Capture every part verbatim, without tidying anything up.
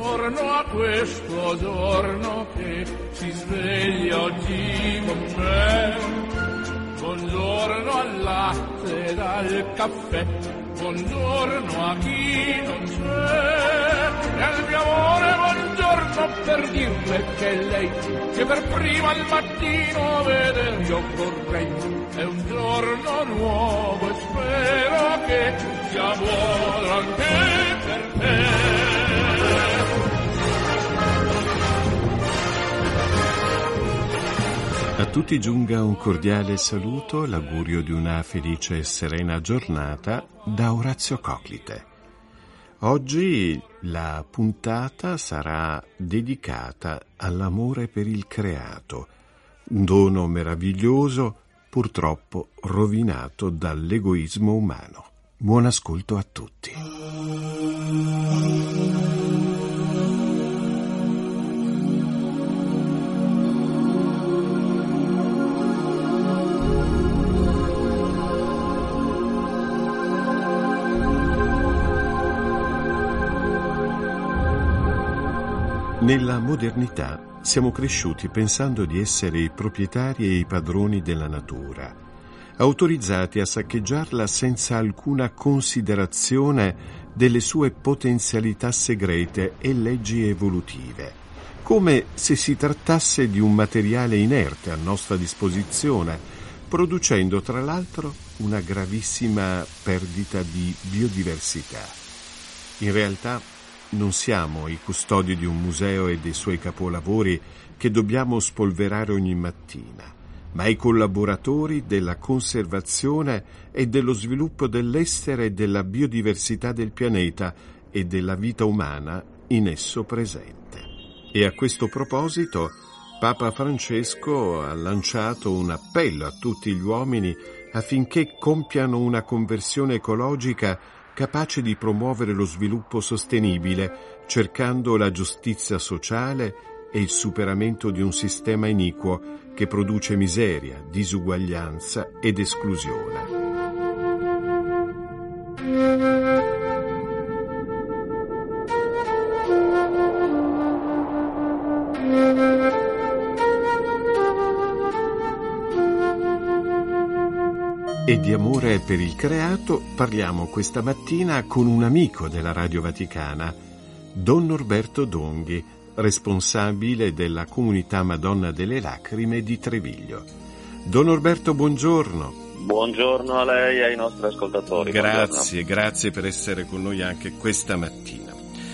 buongiorno a questo giorno che si sveglia oggi con me. Buongiorno al latte ed al caffè, buongiorno a chi non c'è. E al mio amore buongiorno per dirle che lei, che per prima al mattino veder io vorrei. È un giorno nuovo e spero che sia buono anche per te. A tutti giunga un cordiale saluto, l'augurio di una felice e serena giornata da Orazio Coclite. Oggi la puntata sarà dedicata all'amore per il creato, un dono meraviglioso, purtroppo rovinato dall'egoismo umano. Buon ascolto a tutti. Nella modernità siamo cresciuti pensando di essere i proprietari e i padroni della natura, autorizzati a saccheggiarla senza alcuna considerazione delle sue potenzialità segrete e leggi evolutive, come se si trattasse di un materiale inerte a nostra disposizione, producendo tra l'altro una gravissima perdita di biodiversità. In realtà non siamo i custodi di un museo e dei suoi capolavori che dobbiamo spolverare ogni mattina, ma i collaboratori della conservazione e dello sviluppo dell'essere e della biodiversità del pianeta e della vita umana in esso presente. E a questo proposito Papa Francesco ha lanciato un appello a tutti gli uomini affinché compiano una conversione ecologica capace di promuovere lo sviluppo sostenibile, cercando la giustizia sociale e il superamento di un sistema iniquo che produce miseria, disuguaglianza ed esclusione. E di amore per il creato parliamo questa mattina con un amico della Radio Vaticana, Don Norberto Donghi, responsabile della comunità Madonna delle Lacrime di Treviglio. Don Norberto, buongiorno. Buongiorno a lei e ai nostri ascoltatori. Grazie, buongiorno. Grazie per essere con noi anche questa mattina.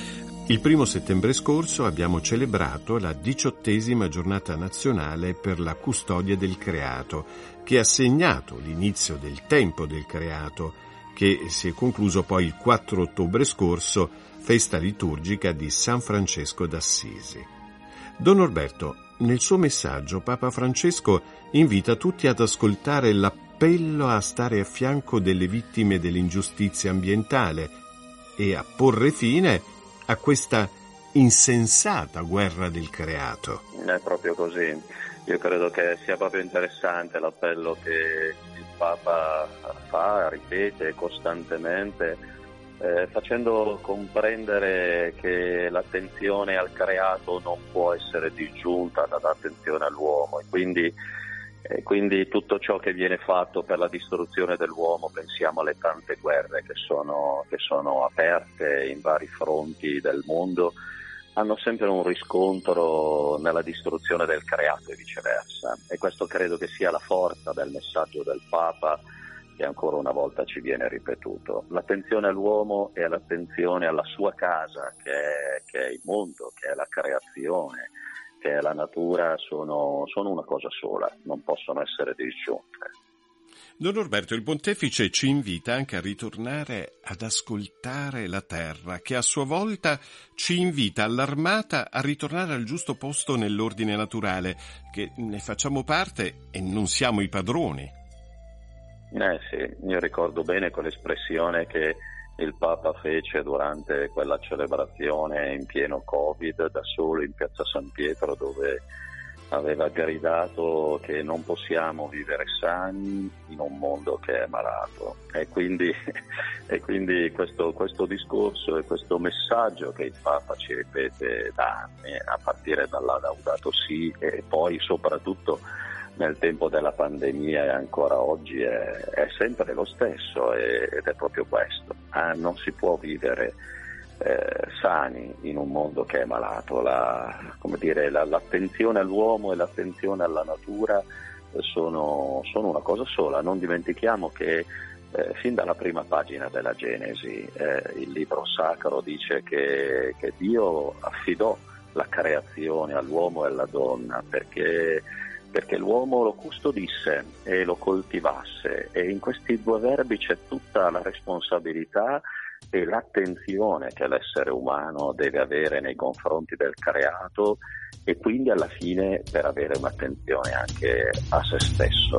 Il primo settembre scorso abbiamo celebrato la diciottesima giornata nazionale per la custodia del creato, che ha segnato l'inizio del tempo del creato, che si è concluso poi il quattro ottobre scorso, festa liturgica di San Francesco d'Assisi. Don Norberto, nel suo messaggio Papa Francesco invita tutti ad ascoltare l'appello a stare a fianco delle vittime dell'ingiustizia ambientale e a porre fine a questa insensata guerra del creato. È proprio così. Io credo che sia proprio interessante l'appello che il Papa fa, ripete costantemente, eh, facendo comprendere che l'attenzione al creato non può essere disgiunta dall'attenzione all'uomo e quindi, eh, quindi tutto ciò che viene fatto per la distruzione dell'uomo, pensiamo alle tante guerre che sono, che sono aperte in vari fronti del mondo, hanno sempre un riscontro nella distruzione del creato e viceversa. E questo credo che sia la forza del messaggio del Papa, che ancora una volta ci viene ripetuto. L'attenzione all'uomo e l'attenzione alla sua casa, che è, che è il mondo, che è la creazione, che è la natura, sono, sono una cosa sola, non possono essere disgiunte. Don Norberto, il Pontefice ci invita anche a ritornare ad ascoltare la terra, che a sua volta ci invita all'Armata a ritornare al giusto posto nell'ordine naturale, che ne facciamo parte e non siamo i padroni. Eh sì, io ricordo bene quell'espressione che il Papa fece durante quella celebrazione in pieno Covid, da solo in Piazza San Pietro, dove aveva gridato che non possiamo vivere sani in un mondo che è malato, e quindi, e quindi questo, questo discorso e questo messaggio che il Papa ci ripete da anni, a partire dalla Laudato Si e poi soprattutto nel tempo della pandemia e ancora oggi, è, è sempre lo stesso, ed è proprio questo: ah, non si può vivere Eh, sani in un mondo che è malato. La, come dire, la, l'attenzione all'uomo e l'attenzione alla natura sono, sono una cosa sola. Non dimentichiamo che eh, fin dalla prima pagina della Genesi eh, il libro sacro dice che, che Dio affidò la creazione all'uomo e alla donna perché, perché l'uomo lo custodisse e lo coltivasse, e in questi due verbi c'è tutta la responsabilità e l'attenzione che l'essere umano deve avere nei confronti del creato, e quindi alla fine per avere un'attenzione anche a se stesso.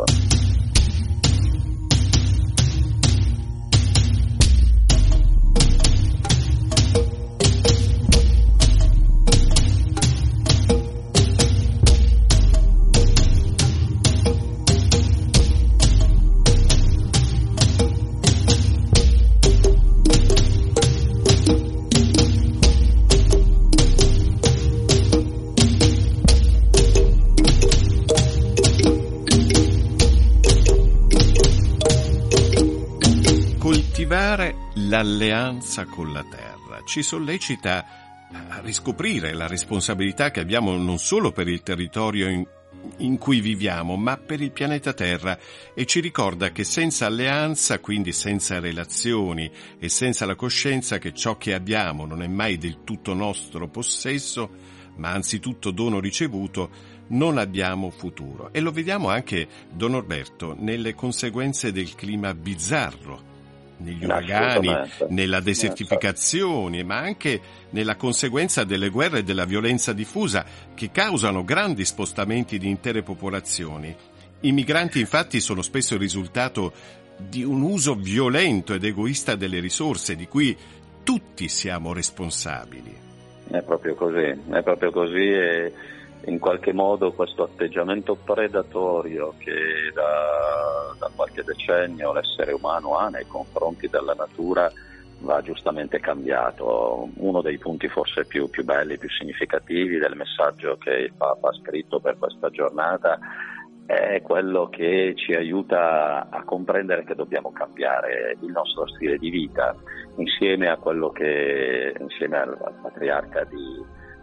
L'alleanza con la terra ci sollecita a riscoprire la responsabilità che abbiamo non solo per il territorio in, in cui viviamo, ma per il pianeta Terra, e ci ricorda che senza alleanza, quindi senza relazioni e senza la coscienza che ciò che abbiamo non è mai del tutto nostro possesso, ma anzitutto dono ricevuto, non abbiamo futuro. E lo vediamo anche, Don Norberto, nelle conseguenze del clima bizzarro, negli uragani, nella desertificazione, ma anche nella conseguenza delle guerre e della violenza diffusa che causano grandi spostamenti di intere popolazioni. I migranti infatti sono spesso il risultato di un uso violento ed egoista delle risorse di cui tutti siamo responsabili. È proprio così, è proprio così e in qualche modo questo atteggiamento predatorio che da, da qualche decennio l'essere umano ha nei confronti della natura va giustamente cambiato. Uno dei punti forse più, più belli, più significativi del messaggio che il Papa ha scritto per questa giornata è quello che ci aiuta a comprendere che dobbiamo cambiare il nostro stile di vita, insieme a quello che, insieme al, al patriarca di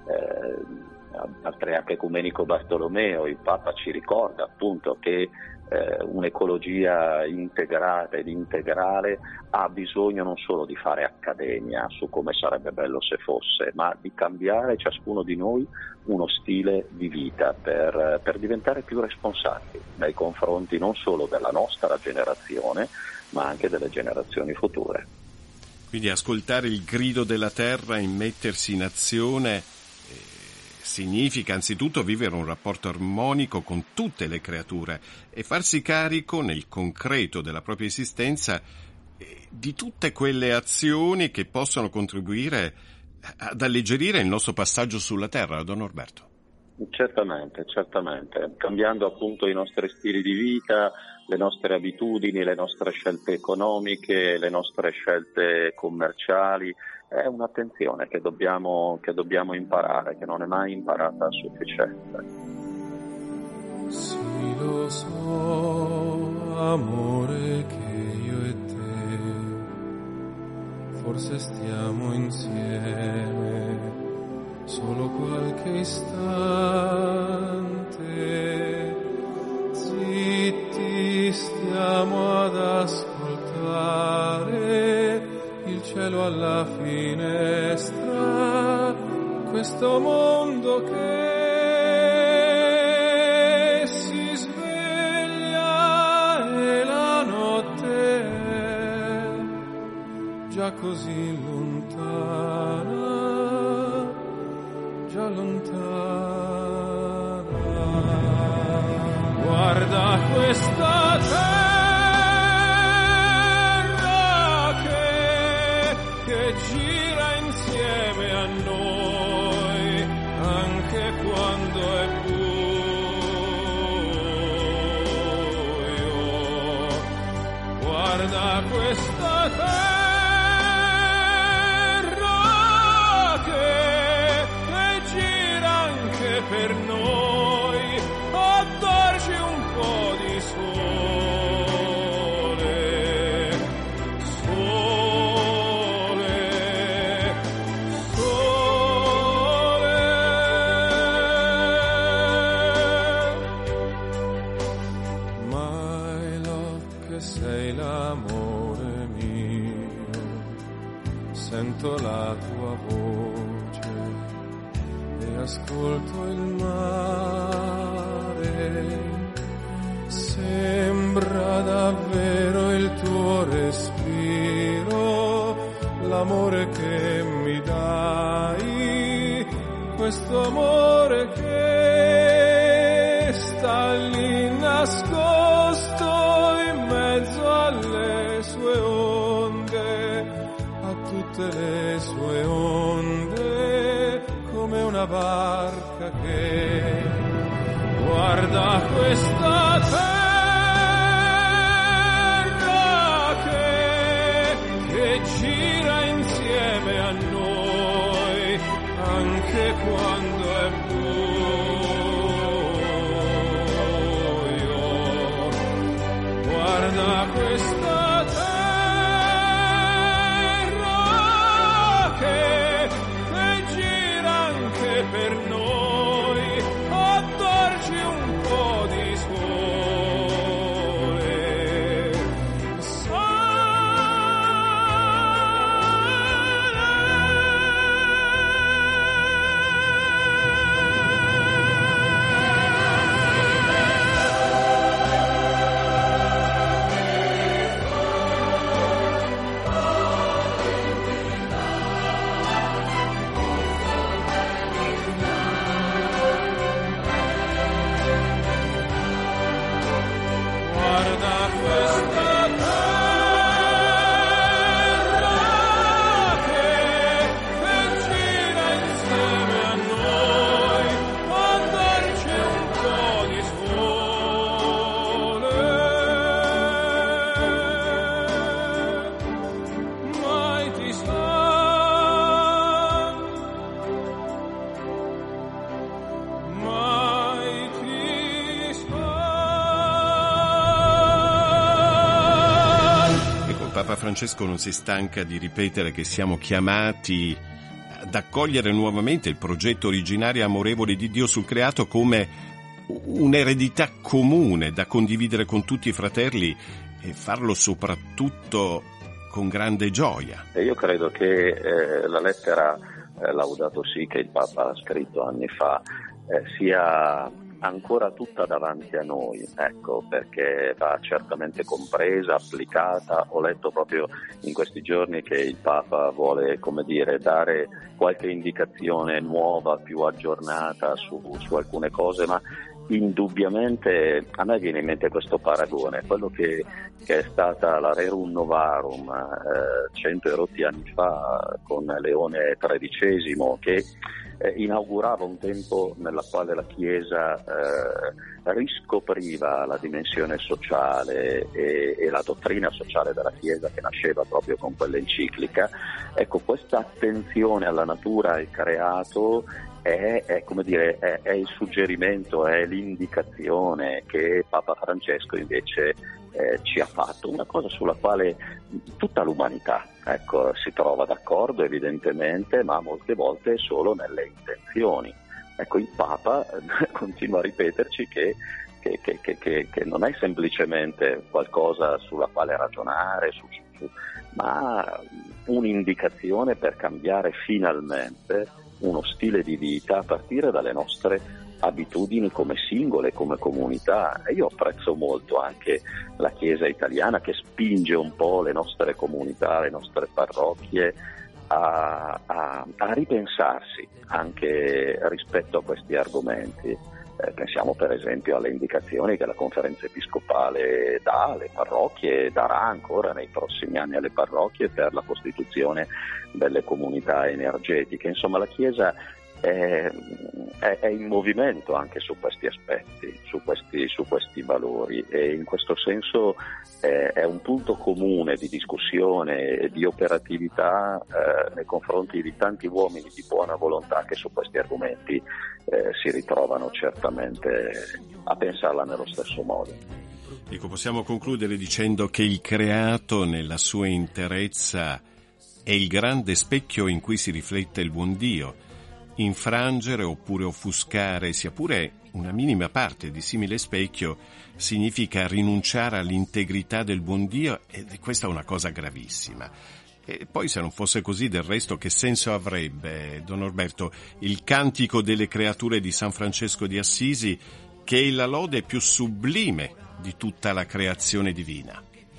eh, al patriarca ecumenico Bartolomeo, il Papa ci ricorda appunto che eh, un'ecologia integrata ed integrale ha bisogno non solo di fare accademia su come sarebbe bello se fosse, ma di cambiare ciascuno di noi uno stile di vita per, per diventare più responsabili nei confronti non solo della nostra generazione, ma anche delle generazioni future. Quindi ascoltare il grido della terra e mettersi in azione significa anzitutto vivere un rapporto armonico con tutte le creature e farsi carico nel concreto della propria esistenza di tutte quelle azioni che possono contribuire ad alleggerire il nostro passaggio sulla terra, Don Norberto. Certamente, certamente, cambiando appunto i nostri stili di vita, le nostre abitudini, le nostre scelte economiche, le nostre scelte commerciali. È un'attenzione che dobbiamo, che dobbiamo imparare, che non è mai imparata a sufficienza. Sì, lo so, amore, che io e te forse stiamo insieme solo qualche istante, zitti stiamo ad ascoltare il cielo alla finestra, questo mondo che si sveglia e la notte è già così lontana, già lontana. Guarda questa terra che gira insieme a noi, anche quando è buio guarda questa terra che, che gira anche per noi, a darci un po' di sole, sole, sole. My love, che sei l'amore mio, sento la tua voce e ascolto il mare, sembra davvero il tuo respiro, l'amore che mi dai, questo amore che sta lì nascosto in mezzo alle sue onde, a tutte le sue onde, come una barca che guarda questa terra che, che gira insieme a noi, anche quando è buio. Guarda questa terra che, che gira anche per noi, a darci un po' di sole. Guarda questa terra che, che gira insieme a noi, a darci un po' di sole. Mai ti sa, mai ti sa. Ecco, il Papa Francesco non si stanca di ripetere che siamo chiamati ad accogliere nuovamente il progetto originario e amorevole di Dio sul creato come un'eredità comune da condividere con tutti i fratelli e farlo soprattutto con grande gioia. E io credo che eh, la lettera eh, Laudato Si che il Papa ha scritto anni fa eh, sia ancora tutta davanti a noi, ecco, perché va certamente compresa, applicata. Ho letto proprio in questi giorni che il Papa vuole, come dire, dare qualche indicazione nuova, più aggiornata su, su alcune cose, ma indubbiamente a me viene in mente questo paragone, quello che, che è stata la Rerum Novarum eh, cento e rotti anni fa con Leone tredicesimo, che eh, inaugurava un tempo nella quale la Chiesa eh, riscopriva la dimensione sociale e, e la dottrina sociale della Chiesa, che nasceva proprio con quell'enciclica. Ecco, questa attenzione alla natura, al creato, È, è, come dire, è, è il suggerimento, è l'indicazione che Papa Francesco invece eh, ci ha fatto, una cosa sulla quale tutta l'umanità ecco, si trova d'accordo evidentemente, ma molte volte solo nelle intenzioni. Ecco, il Papa eh, continua a ripeterci che, che, che, che, che, che non è semplicemente qualcosa sulla quale ragionare, su, su, ma un'indicazione per cambiare finalmente uno stile di vita a partire dalle nostre abitudini come singole, come comunità. E io apprezzo molto anche la Chiesa italiana, che spinge un po' le nostre comunità, le nostre parrocchie a, a, a ripensarsi anche rispetto a questi argomenti. Eh, pensiamo per esempio alle indicazioni che la Conferenza Episcopale dà alle parrocchie, darà ancora nei prossimi anni alle parrocchie per la costituzione delle comunità energetiche. Insomma, la Chiesa è, è, è in movimento anche su questi aspetti, su questi, su questi valori, e in questo senso è, è un punto comune di discussione e di operatività eh, nei confronti di tanti uomini di buona volontà che su questi argomenti eh, si ritrovano certamente a pensarla nello stesso modo. Ecco, possiamo concludere dicendo che il creato nella sua interezza è il grande specchio in cui si riflette il buon Dio. Infrangere oppure offuscare, sia pure una minima parte di simile specchio, significa rinunciare all'integrità del buon Dio, e questa è una cosa gravissima. E poi, se non fosse così, del resto che senso avrebbe, Don Norberto, il cantico delle creature di San Francesco di Assisi, che è la lode più sublime di tutta la creazione divina?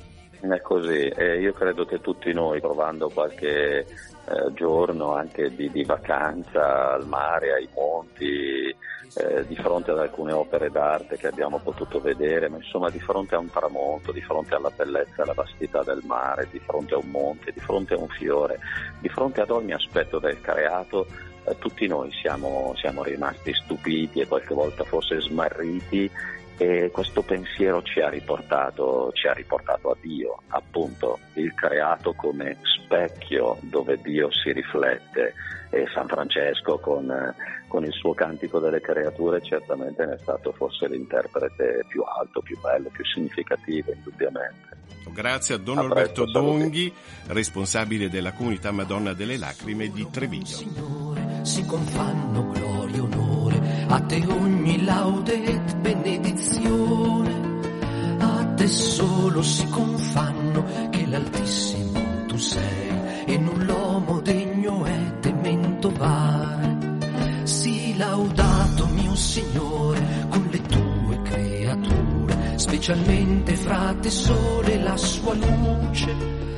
È così, e io credo che tutti noi, trovando qualche eh, giorno anche di, di vacanza al mare, ai monti, eh, di fronte ad alcune opere d'arte che abbiamo potuto vedere, ma insomma di fronte a un tramonto, di fronte alla bellezza e alla vastità del mare, di fronte a un monte, di fronte a un fiore, di fronte ad ogni aspetto del creato, eh, tutti noi siamo, siamo rimasti stupiti e qualche volta forse smarriti, e questo pensiero ci ha riportato, ci ha riportato a Dio, appunto, il creato come specchio dove Dio si riflette, e San Francesco con, con il suo cantico delle creature certamente ne è stato forse l'interprete più alto, più bello, più significativo, indubbiamente. Grazie a Don Norberto Donghi, responsabile della comunità Madonna delle Lacrime di Treviglio. Signore, si confanno gloria e onore, a te ogni laude et benedizione, a te solo si confanno che l'Altissimo tu sei, e non l'uomo degno è temento vare. Sii laudato mio Signore con le tue creature, specialmente fra te sole la sua luce,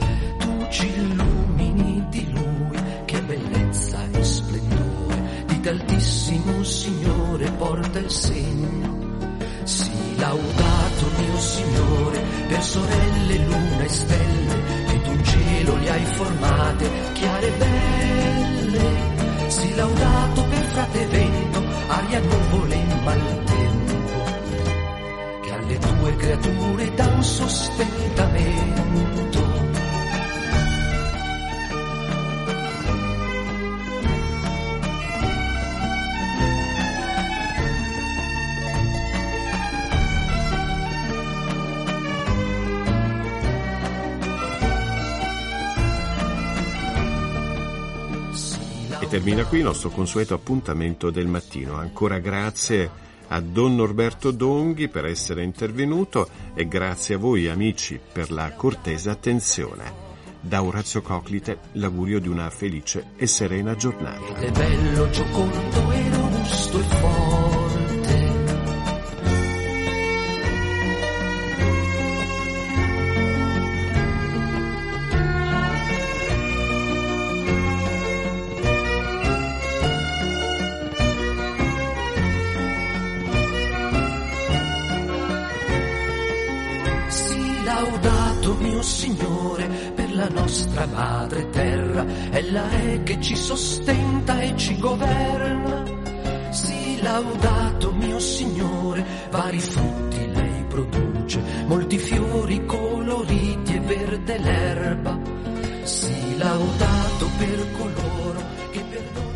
tu ci illumini di Lui, che bellezza e splendore, di t'Altissimo Signore porta il segno. Sii laudato mio Signore per sorelle, luna e stelle, che tu in cielo li hai formate, chiare e belle. Sii laudato per frate vento, aria, nuvole e maltempo, che alle tue creature dà un sostentamento. E termina qui il nostro consueto appuntamento del mattino. Ancora grazie a Don Norberto Donghi per essere intervenuto, e grazie a voi amici per la cortese attenzione. Da Orazio Coclite l'augurio di una felice e serena giornata. Ed è bello, giocondo e robusto e forte, laudato mio Signore per la nostra madre terra, ella è che ci sostenta e ci governa. Sii laudato mio Signore, vari frutti lei produce, molti fiori coloriti e verde l'erba. Sii laudato per coloro che perdonano.